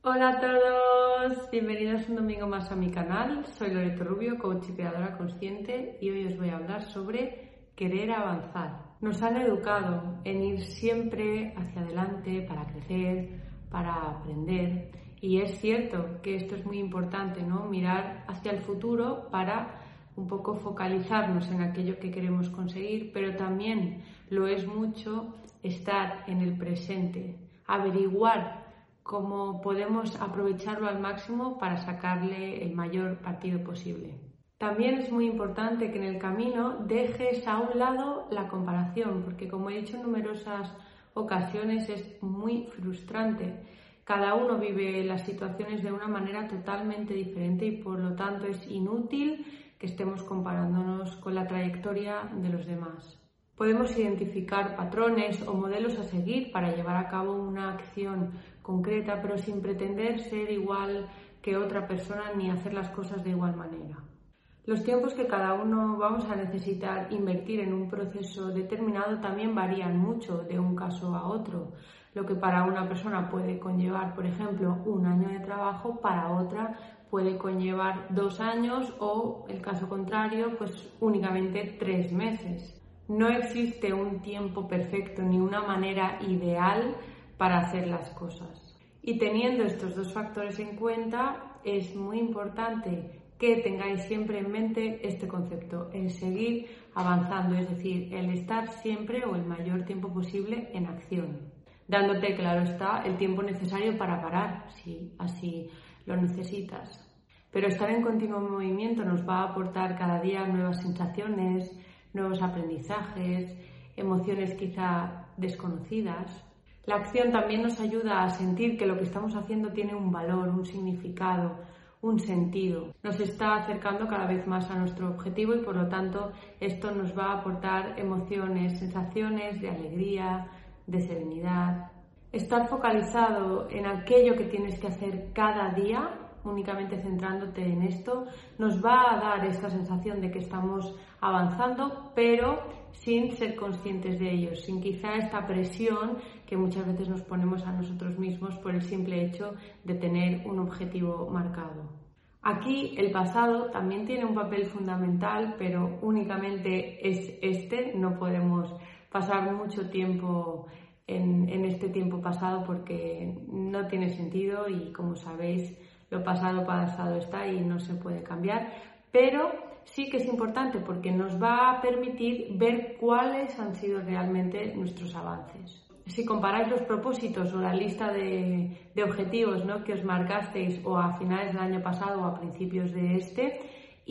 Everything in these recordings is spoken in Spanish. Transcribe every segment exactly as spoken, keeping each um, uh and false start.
Hola a todos, bienvenidos un domingo más a mi canal. Soy Loreto Rubio, coach y creadora consciente, y hoy os voy a hablar sobre querer avanzar. Nos han educado en ir siempre hacia adelante para crecer, para aprender, y es cierto que esto es muy importante, ¿no? Mirar hacia el futuro para un poco focalizarnos en aquello que queremos conseguir, pero también lo es mucho estar en el presente, averiguar cómo podemos aprovecharlo al máximo para sacarle el mayor partido posible. También es muy importante que en el camino dejes a un lado la comparación, porque como he dicho en numerosas ocasiones es muy frustrante. Cada uno vive las situaciones de una manera totalmente diferente y por lo tanto es inútil que estemos comparándonos con la trayectoria de los demás. Podemos identificar patrones o modelos a seguir para llevar a cabo una acción concreta, pero sin pretender ser igual que otra persona ni hacer las cosas de igual manera. Los tiempos que cada uno vamos a necesitar invertir en un proceso determinado también varían mucho de un caso a otro. Lo que para una persona puede conllevar, por ejemplo, un año de trabajo, para otra puede conllevar dos años o, el caso contrario, pues únicamente tres meses. No existe un tiempo perfecto ni una manera ideal para hacer las cosas. Y teniendo estos dos factores en cuenta, es muy importante que tengáis siempre en mente este concepto, el seguir avanzando, es decir, el estar siempre o el mayor tiempo posible en acción, dándote, claro está, el tiempo necesario para parar, si así lo necesitas. Pero estar en continuo movimiento nos va a aportar cada día nuevas sensaciones, nuevos aprendizajes, emociones quizá desconocidas. La acción también nos ayuda a sentir que lo que estamos haciendo tiene un valor, un significado, un sentido. Nos está acercando cada vez más a nuestro objetivo y por lo tanto esto nos va a aportar emociones, sensaciones de alegría, de serenidad. Estar focalizado en aquello que tienes que hacer cada día, únicamente centrándote en esto, nos va a dar esta sensación de que estamos avanzando, pero sin ser conscientes de ello, sin quizá esta presión que muchas veces nos ponemos a nosotros mismos por el simple hecho de tener un objetivo marcado. Aquí el pasado también tiene un papel fundamental, pero únicamente es este. No podemos pasar mucho tiempo en, en este tiempo pasado porque no tiene sentido y, como sabéis, lo pasado pasado está y no se puede cambiar, pero sí que es importante porque nos va a permitir ver cuáles han sido realmente nuestros avances. Si comparáis los propósitos o la lista de, de objetivos, ¿no?, que os marcasteis o a finales del año pasado o a principios de este,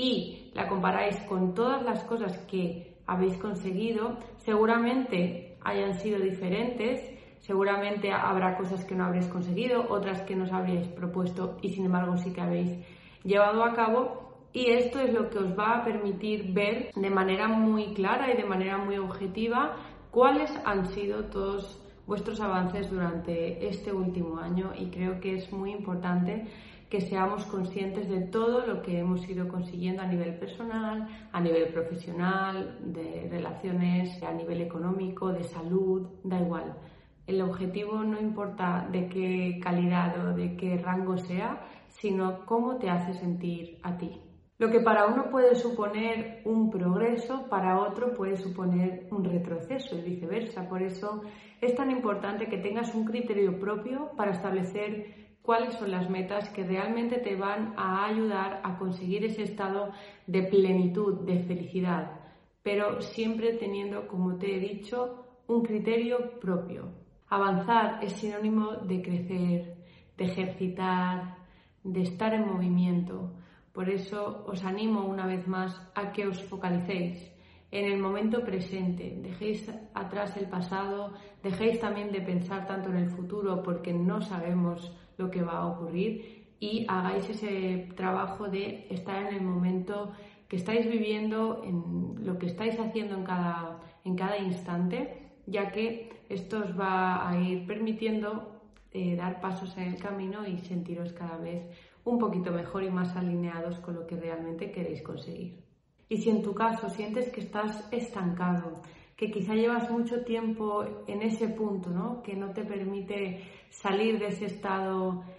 y la comparáis con todas las cosas que habéis conseguido, seguramente hayan sido diferentes. Seguramente habrá cosas que no habréis conseguido, otras que no os habríais propuesto y sin embargo sí que habéis llevado a cabo, y esto es lo que os va a permitir ver de manera muy clara y de manera muy objetiva cuáles han sido todos vuestros avances durante este último año, y creo que es muy importante que seamos conscientes de todo lo que hemos ido consiguiendo a nivel personal, a nivel profesional, de relaciones, a nivel económico, de salud, da igual. El objetivo no importa de qué calidad o de qué rango sea, sino cómo te hace sentir a ti. Lo que para uno puede suponer un progreso, para otro puede suponer un retroceso y viceversa. Por eso es tan importante que tengas un criterio propio para establecer cuáles son las metas que realmente te van a ayudar a conseguir ese estado de plenitud, de felicidad, pero siempre teniendo, como te he dicho, un criterio propio. Avanzar es sinónimo de crecer, de ejercitar, de estar en movimiento. Por eso os animo una vez más a que os focalicéis en el momento presente, dejéis atrás el pasado, dejéis también de pensar tanto en el futuro porque no sabemos lo que va a ocurrir, y hagáis ese trabajo de estar en el momento que estáis viviendo, en lo que estáis haciendo en cada, en cada instante, ya que esto os va a ir permitiendo eh, dar pasos en el camino y sentiros cada vez un poquito mejor y más alineados con lo que realmente queréis conseguir. Y si en tu caso sientes que estás estancado, que quizá llevas mucho tiempo en ese punto, ¿no?, que no te permite salir de ese estado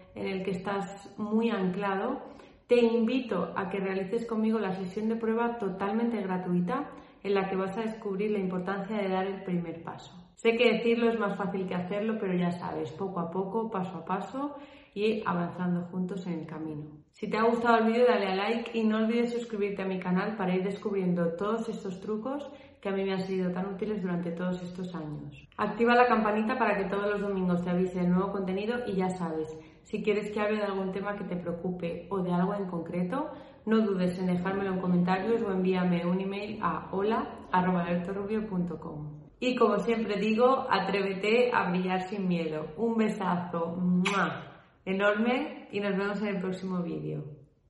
en el que estás muy anclado, te invito a que realices conmigo la sesión de prueba totalmente gratuita en la que vas a descubrir la importancia de dar el primer paso. Sé que decirlo es más fácil que hacerlo, pero ya sabes, poco a poco, paso a paso y avanzando juntos en el camino. Si te ha gustado el vídeo, dale a like y no olvides suscribirte a mi canal para ir descubriendo todos estos trucos que a mí me han sido tan útiles durante todos estos años. Activa la campanita para que todos los domingos te avise el nuevo contenido y ya sabes, si quieres que hable de algún tema que te preocupe o de algo en concreto, no dudes en dejármelo en comentarios o envíame un email a hola arroba loretorrubio punto com. Y como siempre digo, atrévete a brillar sin miedo. Un besazo ¡mua! Enorme y nos vemos en el próximo vídeo.